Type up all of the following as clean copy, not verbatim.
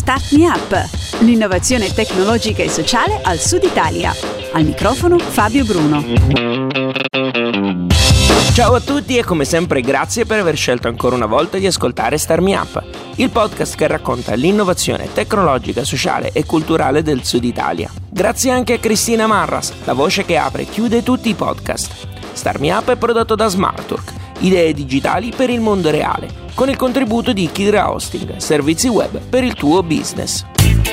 Start Me Up, l'innovazione tecnologica e sociale al Sud Italia. Al microfono Fabio Bruno. Ciao a tutti e come sempre grazie per aver scelto ancora una volta di ascoltare Start Me Up, il podcast che racconta l'innovazione tecnologica, sociale e culturale del Sud Italia. Grazie anche a Cristina Marras, la voce che apre e chiude tutti i podcast. Start Me Up è prodotto da Smartwork, idee digitali per il mondo reale, con il contributo di Kidra Hosting, servizi web per il tuo business.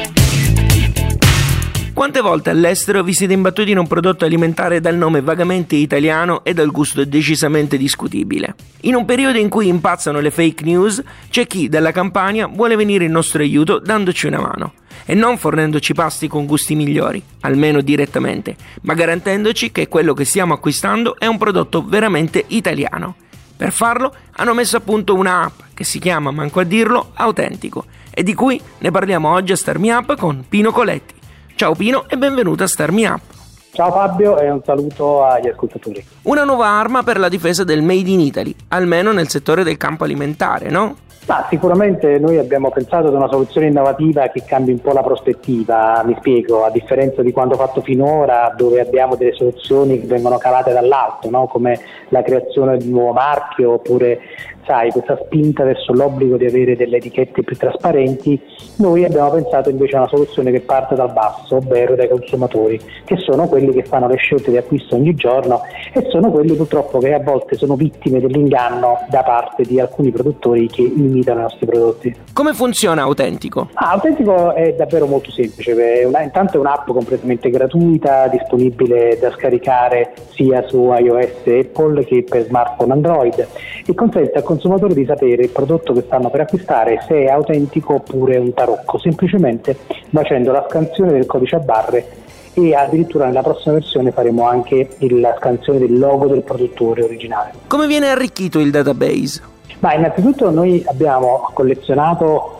Quante volte all'estero vi siete imbattuti in un prodotto alimentare dal nome vagamente italiano e dal gusto decisamente discutibile? In un periodo in cui impazzano le fake news, c'è chi dalla Campania vuole venire in nostro aiuto dandoci una mano. E non fornendoci pasti con gusti migliori, almeno direttamente, ma garantendoci che quello che stiamo acquistando è un prodotto veramente italiano. Per farlo hanno messo a punto una app che si chiama, manco a dirlo, Autentico, e di cui ne parliamo oggi a Start Me Up con Pino Coletti. Ciao Pino e benvenuto a Start Me Up. Ciao Fabio e un saluto agli ascoltatori. Una nuova arma per la difesa del Made in Italy, almeno nel settore del campo alimentare, no? Ma sicuramente noi abbiamo pensato ad una soluzione innovativa che cambi un po' la prospettiva, mi spiego, a differenza di quanto fatto finora, dove abbiamo delle soluzioni che vengono calate dall'alto, no? Come la creazione di un nuovo marchio oppure questa spinta verso l'obbligo di avere delle etichette più trasparenti. Noi abbiamo pensato invece a una soluzione che parte dal basso, ovvero dai consumatori, che sono quelli che fanno le scelte di acquisto ogni giorno e sono quelli purtroppo che a volte sono vittime dell'inganno da parte di alcuni produttori che imitano i nostri prodotti. Come funziona Autentico? Autentico è davvero molto semplice, intanto è un'app completamente gratuita, disponibile da scaricare sia su iOS e Apple che per smartphone Android, e consente al consumatore di sapere il prodotto che stanno per acquistare se è autentico oppure un tarocco, semplicemente facendo la scansione del codice a barre, e addirittura nella prossima versione faremo anche la scansione del logo del produttore originale. Come viene arricchito il database? Innanzitutto noi abbiamo collezionato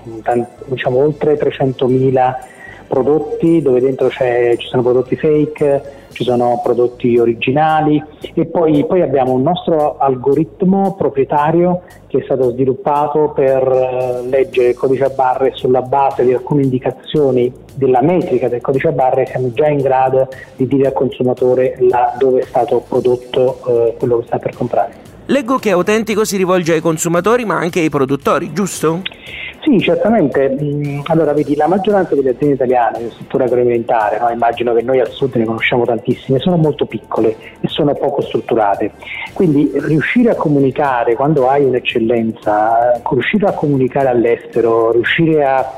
oltre 300.000 prodotti, dove dentro ci sono prodotti fake, ci sono prodotti originali, e poi abbiamo un nostro algoritmo proprietario che è stato sviluppato per leggere il codice a barre. Sulla base di alcune indicazioni della metrica del codice a barre siamo già in grado di dire al consumatore dove è stato prodotto quello che sta per comprare. Leggo che Autentico si rivolge ai consumatori ma anche ai produttori, giusto? Sì, certamente. Allora, vedi, la maggioranza delle aziende italiane del settore agroalimentare, immagino che noi al sud ne conosciamo tantissime, sono molto piccole e sono poco strutturate. Quindi riuscire a comunicare quando hai un'eccellenza, riuscire a comunicare all'estero, riuscire a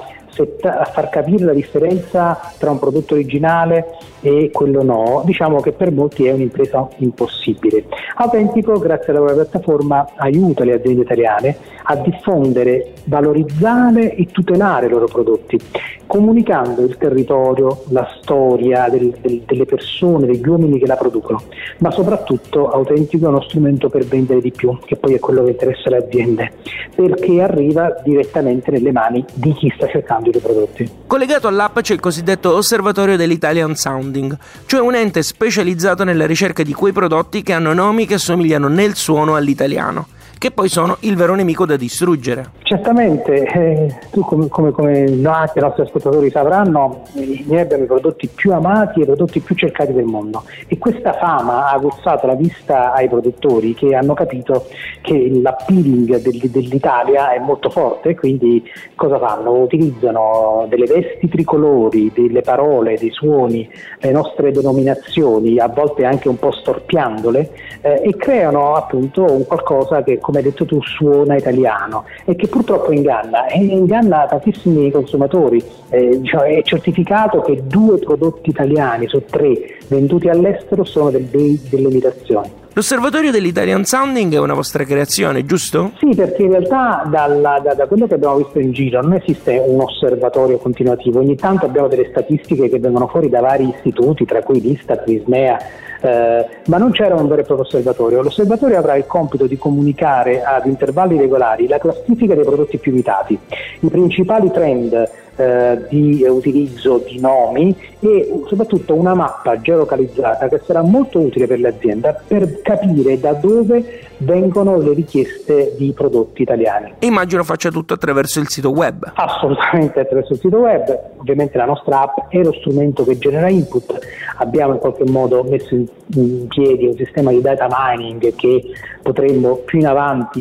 far capire la differenza tra un prodotto originale e quello no, diciamo che per molti è un'impresa impossibile. Autentico, grazie alla propria piattaforma, aiuta le aziende italiane a diffondere, valorizzare e tutelare i loro prodotti, comunicando il territorio, la storia delle persone, degli uomini che la producono, ma soprattutto Autentico è uno strumento per vendere di più, che poi è quello che interessa le aziende, perché arriva direttamente nelle mani di chi sta cercando i tuoi prodotti. Collegato all'app c'è il cosiddetto osservatorio dell'Italian Sounding, cioè un ente specializzato nella ricerca di quei prodotti che hanno nomi che assomigliano nel suono all'italiano, che poi sono il vero nemico da distruggere. Certamente, tu come anche i nostri ascoltatori sapranno, noi abbiamo i prodotti più amati e i prodotti più cercati del mondo, e questa fama ha aguzzato la vista ai produttori, che hanno capito che l'appealing dell'Italia è molto forte, quindi cosa fanno? Utilizzano delle vesti tricolori, delle parole, dei suoni, le nostre denominazioni, a volte anche un po' storpiandole, e creano appunto un qualcosa che, come hai detto tu, suona italiano e che purtroppo inganna tantissimi consumatori. È certificato che 2 prodotti italiani su 3 venduti all'estero sono delle imitazioni. L'osservatorio dell'Italian Sounding è una vostra creazione, giusto? Sì, perché in realtà da quello che abbiamo visto in giro non esiste un osservatorio continuativo. Ogni tanto abbiamo delle statistiche che vengono fuori da vari istituti, tra cui l'Istat, l'Ismea, ma non c'era un vero e proprio osservatorio. L'osservatorio avrà il compito di comunicare ad intervalli regolari la classifica dei prodotti più imitati, i principali trend di utilizzo di nomi e soprattutto una mappa geolocalizzata che sarà molto utile per l'azienda per capire da dove vengono le richieste di prodotti italiani. E immagino faccia tutto attraverso il sito web. Assolutamente attraverso il sito web, ovviamente la nostra app è lo strumento che genera input, abbiamo in qualche modo messo in piedi un sistema di data mining che potremmo più in avanti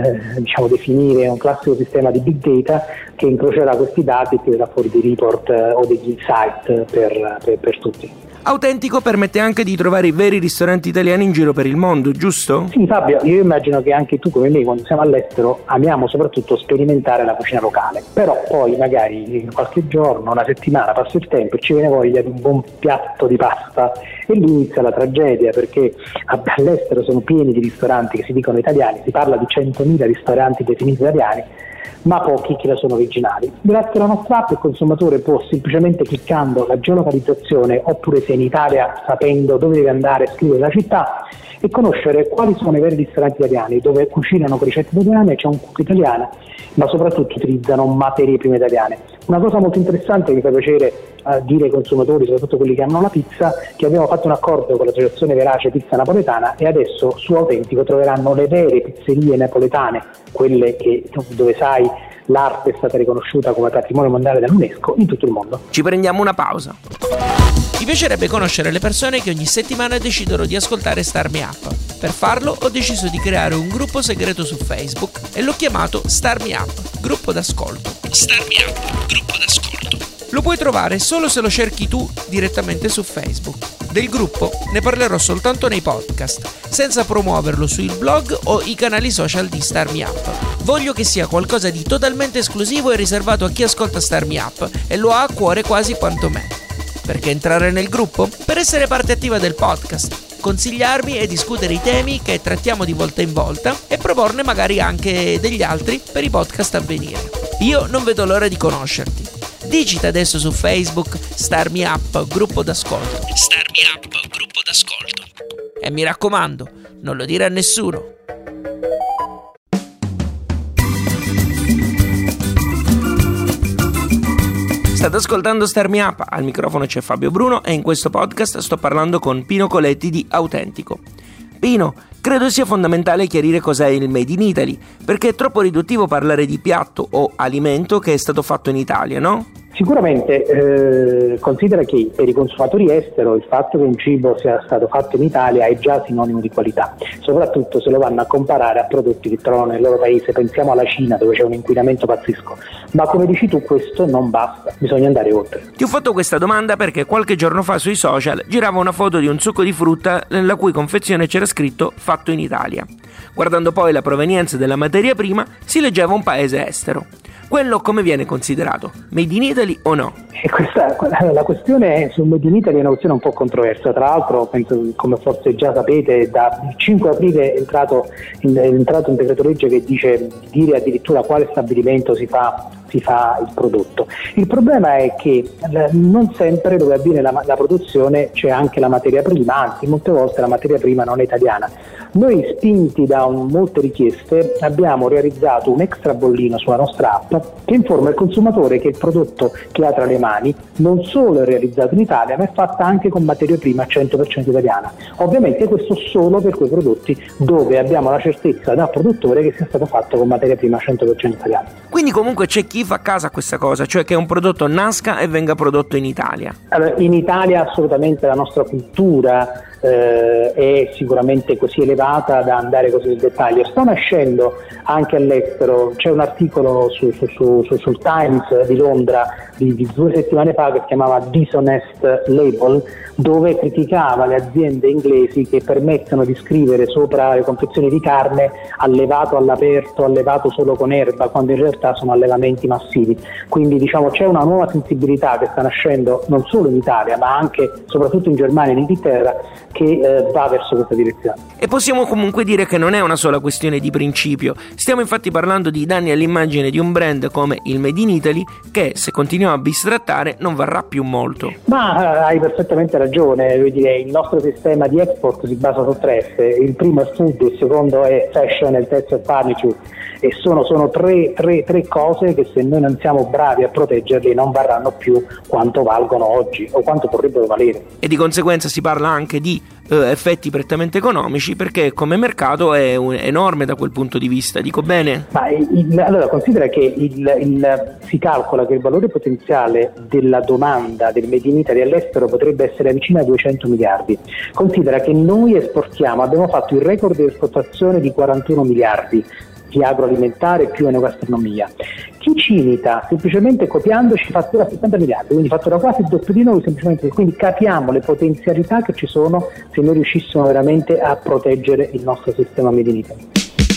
definire un classico sistema di big data che incrocerà questi dati e tirerà fuori dei report o degli insight per tutti. Autentico permette anche di trovare i veri ristoranti italiani in giro per il mondo, giusto? Sì, Fabio, io immagino che anche tu come me quando siamo all'estero amiamo soprattutto sperimentare la cucina locale, però poi magari qualche giorno, una settimana, passa il tempo e ci viene voglia di un buon piatto di pasta e lì inizia la tragedia, perché all'estero sono pieni di ristoranti che si dicono italiani, si parla di 100.000 ristoranti definiti italiani, ma pochi che la sono originali. Grazie alla nostra app il consumatore può semplicemente cliccando la geolocalizzazione, oppure se in Italia sapendo dove deve andare scrivere la città e conoscere quali sono i veri ristoranti italiani dove cucinano con ricette italiane, c'è un cuoco italiano, ma soprattutto utilizzano materie prime italiane. Una cosa molto interessante che mi fa piacere dire ai consumatori, soprattutto quelli che amano la pizza, che abbiamo fatto un accordo con l'associazione Verace Pizza Napoletana e adesso su Autentico troveranno le vere pizzerie napoletane, quelle dove sai l'arte è stata riconosciuta come patrimonio mondiale dall'UNESCO in tutto il mondo. Ci prendiamo una pausa. Mi piacerebbe conoscere le persone che ogni settimana decidono di ascoltare Star Me Up. Per farlo ho deciso di creare un gruppo segreto su Facebook e l'ho chiamato Star Me Up, gruppo d'ascolto. Star Me Up, gruppo d'ascolto. Lo puoi trovare solo se lo cerchi tu direttamente su Facebook. Del gruppo ne parlerò soltanto nei podcast, senza promuoverlo sui blog o i canali social di Star Me Up. Voglio che sia qualcosa di totalmente esclusivo e riservato a chi ascolta Star Me Up e lo ha a cuore quasi quanto me. Perché entrare nel gruppo? Per essere parte attiva del podcast, consigliarmi e discutere i temi che trattiamo di volta in volta e proporne magari anche degli altri per i podcast a venire. Io non vedo l'ora di conoscerti. Digita adesso su Facebook Star Me Up, gruppo d'ascolto. Star Me Up, gruppo d'ascolto. E mi raccomando, non lo dire a nessuno. State ascoltando Star Me Up, al microfono c'è Fabio Bruno e in questo podcast sto parlando con Pino Coletti di Autentico. Pino, credo sia fondamentale chiarire cos'è il Made in Italy, perché è troppo riduttivo parlare di piatto o alimento che è stato fatto in Italia, no? Sicuramente considera che per i consumatori estero il fatto che un cibo sia stato fatto in Italia è già sinonimo di qualità, soprattutto se lo vanno a comparare a prodotti che trovano nel loro paese. Pensiamo alla Cina, dove c'è un inquinamento pazzesco, ma come dici tu questo non basta, bisogna andare oltre. Ti ho fatto questa domanda perché qualche giorno fa sui social girava una foto di un succo di frutta nella cui confezione c'era scritto fatto in Italia. Guardando poi la provenienza della materia prima si leggeva un paese estero. Quello come viene considerato? Made in Italy o no? La questione sul Made in Italy è una questione un po' controversa. Tra l'altro, penso, come forse già sapete, da 5 aprile è entrato un decreto legge che dice di dire addirittura quale stabilimento si fa il prodotto. Il problema è che non sempre dove avviene la produzione c'è anche la materia prima, anzi molte volte la materia prima non è italiana. Noi, spinti da molte richieste, abbiamo realizzato un extra bollino sulla nostra app che informa il consumatore che il prodotto che ha tra le mani non solo è realizzato in Italia, ma è fatta anche con materia prima 100% italiana. Ovviamente questo solo per quei prodotti dove abbiamo la certezza dal produttore che sia stato fatto con materia prima 100% italiana. Quindi comunque c'è chi fa casa a questa cosa, cioè che un prodotto nasca e venga prodotto in Italia. Allora, in Italia assolutamente la nostra cultura è sicuramente così elevata da andare così nel dettaglio. Sta nascendo anche all'estero, c'è un articolo sul Times di Londra di 2 settimane fa che si chiamava Dishonest Label, dove criticava le aziende inglesi che permettono di scrivere sopra le confezioni di carne allevato all'aperto, allevato solo con erba, quando in realtà sono allevamenti massivi. Quindi c'è una nuova sensibilità che sta nascendo non solo in Italia ma anche soprattutto in Germania e in Inghilterra, che va verso questa direzione. E possiamo comunque dire che non è una sola questione di principio. Stiamo infatti parlando di danni all'immagine di un brand come il Made in Italy che, se continuiamo a bistrattare, non varrà più molto. Ma hai perfettamente ragione, il nostro sistema di export si basa su 3 F, il primo è food, il secondo è fashion e il terzo è furniture, e sono tre cose che, se noi non siamo bravi a proteggerli, non varranno più quanto valgono oggi o quanto potrebbero valere. E di conseguenza si parla anche di effetti prettamente economici, perché come mercato è enorme da quel punto di vista, dico bene? Ma allora considera che si calcola che il valore potenziale della domanda del Made in Italy all'estero potrebbe essere vicino a 200 miliardi. Considera che noi abbiamo fatto il record di esportazione di 41 miliardi di agroalimentare più enogastronomia. Chi ci imita semplicemente copiandoci fattura 70 miliardi, quindi fattura quasi il doppio di noi semplicemente. Quindi capiamo le potenzialità che ci sono se noi riuscissimo veramente a proteggere il nostro sistema Made in Italy.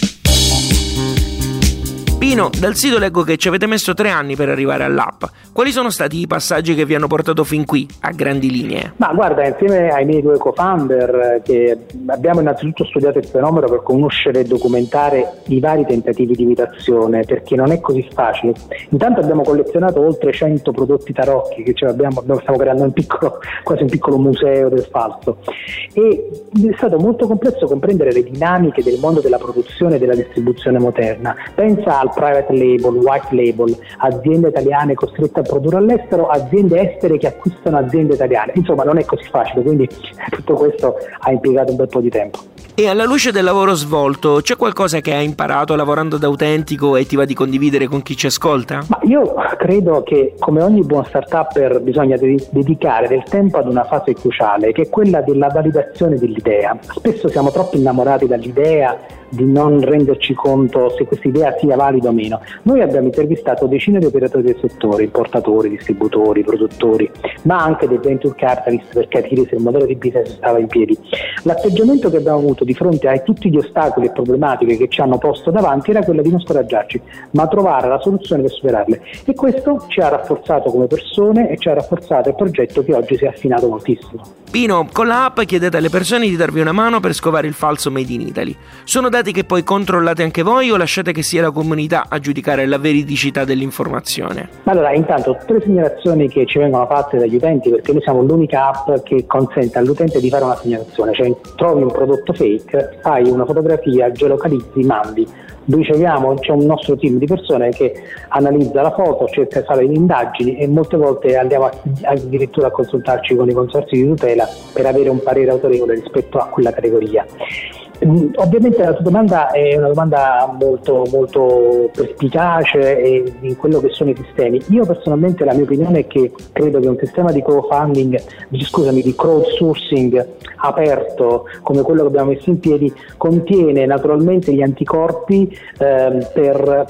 Pino, dal sito leggo che ci avete messo 3 anni per arrivare all'app. Quali sono stati i passaggi che vi hanno portato fin qui, a grandi linee? Ma guarda, insieme ai miei 2 co-founder, che abbiamo innanzitutto studiato il fenomeno per conoscere e documentare i vari tentativi di imitazione, perché non è così facile. Intanto abbiamo collezionato oltre 100 prodotti tarocchi, che stiamo creando quasi un piccolo museo del falso, e è stato molto complesso comprendere le dinamiche del mondo della produzione e della distribuzione moderna. Pensa al private label, white label, aziende italiane costrette a produrre all'estero, aziende estere che acquistano aziende italiane. Insomma, non è così facile, quindi tutto questo ha impiegato un bel po' di tempo. E alla luce del lavoro svolto, c'è qualcosa che hai imparato lavorando da autentico e ti va di condividere con chi ci ascolta? Ma io credo che, come ogni buon startupper, bisogna dedicare del tempo ad una fase cruciale, che è quella della validazione dell'idea. Spesso siamo troppo innamorati dall'idea, di non renderci conto se questa idea sia valida o meno. Noi abbiamo intervistato decine di operatori del settore, importatori, distributori, produttori, ma anche dei venture capitalist, per capire se il modello di business stava in piedi. L'atteggiamento che abbiamo avuto di fronte a tutti gli ostacoli e problematiche che ci hanno posto davanti era quella di non scoraggiarci, ma trovare la soluzione per superarle, e questo ci ha rafforzato come persone e ci ha rafforzato il progetto, che oggi si è affinato moltissimo. Pino, con la app chiedete alle persone di darvi una mano per scovare il falso Made in Italy. Sono dati che poi controllate anche voi o lasciate che sia la comunità a giudicare la veridicità dell'informazione? Allora, intanto tutte le segnalazioni che ci vengono fatte dagli utenti, perché noi siamo l'unica app che consente all'utente di fare una segnalazione, cioè trovi un prodotto fake, fai una fotografia, geolocalizzi, mandi. C'è un nostro team di persone che analizza la foto, cerca di fare le indagini, e molte volte andiamo addirittura a consultarci con i consorzi di tutela per avere un parere autorevole rispetto a quella categoria. Ovviamente la tua domanda è una domanda molto, molto perspicace in quello che sono i sistemi. Io personalmente, la mia opinione è che credo che un sistema di di crowdsourcing aperto come quello che abbiamo messo in piedi contiene naturalmente gli anticorpi per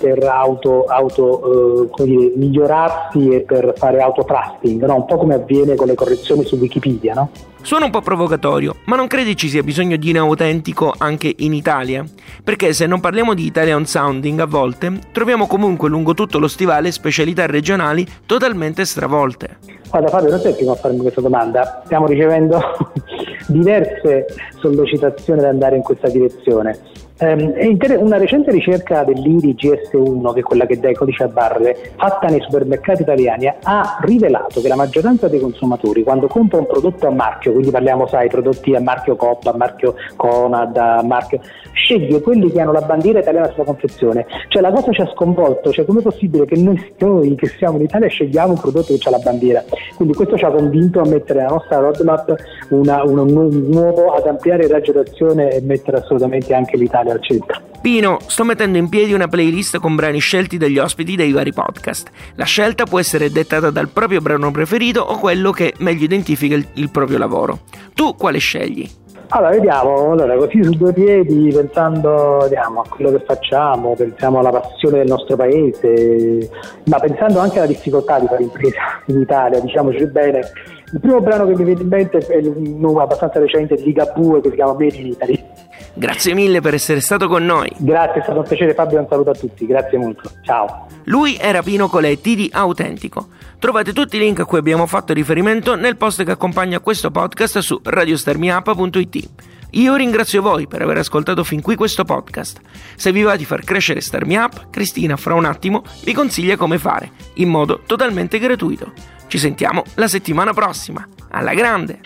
migliorarsi e per fare autotrusting, no? Un po' come avviene con le correzioni su Wikipedia, no? Suona un po' provocatorio, ma non credi ci sia bisogno di un autentico anche in Italia? Perché se non parliamo di Italian sounding, a volte troviamo comunque lungo tutto lo stivale specialità regionali totalmente stravolte. Guarda Fabio, non sei il primo a farmi questa domanda, stiamo ricevendo diverse sollecitazioni ad andare in questa direzione. Una recente ricerca dell'IRI GS1, che è quella che dà i codici a barre, fatta nei supermercati italiani, ha rivelato che la maggioranza dei consumatori, quando compra un prodotto a marchio, quindi parliamo, prodotti a marchio Coop, a marchio Conad, a marchio, sceglie quelli che hanno la bandiera italiana sulla confezione. Cioè la cosa ci ha sconvolto, com'è possibile che noi che siamo in Italia scegliamo un prodotto che ha la bandiera? Quindi questo ci ha convinto a mettere nella nostra roadmap un nuovo, ad ampliare il raggio d'azione e mettere assolutamente anche l'Italia al centro. Pino, sto mettendo in piedi una playlist con brani scelti dagli ospiti dei vari podcast. La scelta può essere dettata dal proprio brano preferito o quello che meglio identifica il proprio lavoro. Tu quale scegli? Allora, vediamo, così su 2 piedi, pensando a quello che facciamo, pensiamo alla passione del nostro paese, ma pensando anche alla difficoltà di fare impresa in Italia, diciamoci bene. Il primo brano che mi viene in mente è uno abbastanza recente di Ligabue, che si chiama Made in Italy. Grazie mille per essere stato con noi. Grazie, è stato un piacere Fabio, un saluto a tutti, grazie molto, ciao. Lui era Pino Coletti di Autentico. Trovate tutti i link a cui abbiamo fatto riferimento nel post che accompagna questo podcast su radiostarmiup.it. Io ringrazio voi per aver ascoltato fin qui questo podcast. Se vi va di far crescere Start Me Up, Cristina fra un attimo vi consiglia come fare, in modo totalmente gratuito. Ci sentiamo la settimana prossima. Alla grande!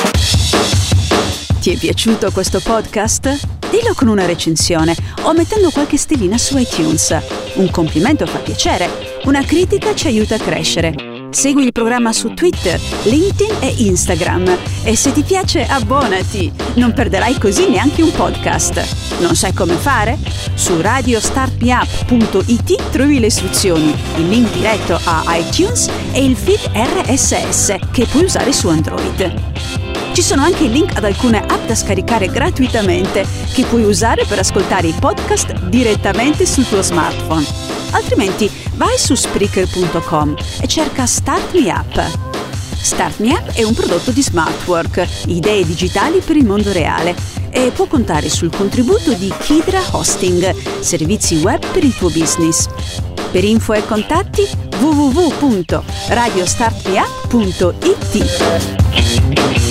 Ti è piaciuto questo podcast? Dillo con una recensione o mettendo qualche stellina su iTunes. Un complimento fa piacere, una critica ci aiuta a crescere. Segui il programma su Twitter, LinkedIn e Instagram e se ti piace abbonati, non perderai così neanche un podcast. Non sai come fare? Su radiostartmeup.it trovi le istruzioni, il link diretto a iTunes e il feed RSS che puoi usare su Android. Ci sono anche i link ad alcune app da scaricare gratuitamente che puoi usare per ascoltare i podcast direttamente sul tuo smartphone. Altrimenti vai su Spreaker.com e cerca Start Me Up. Start Me Up è un prodotto di Smartwork, idee digitali per il mondo reale, e può contare sul contributo di Kidra Hosting, servizi web per il tuo business. Per info e contatti www.radiostartmeup.it.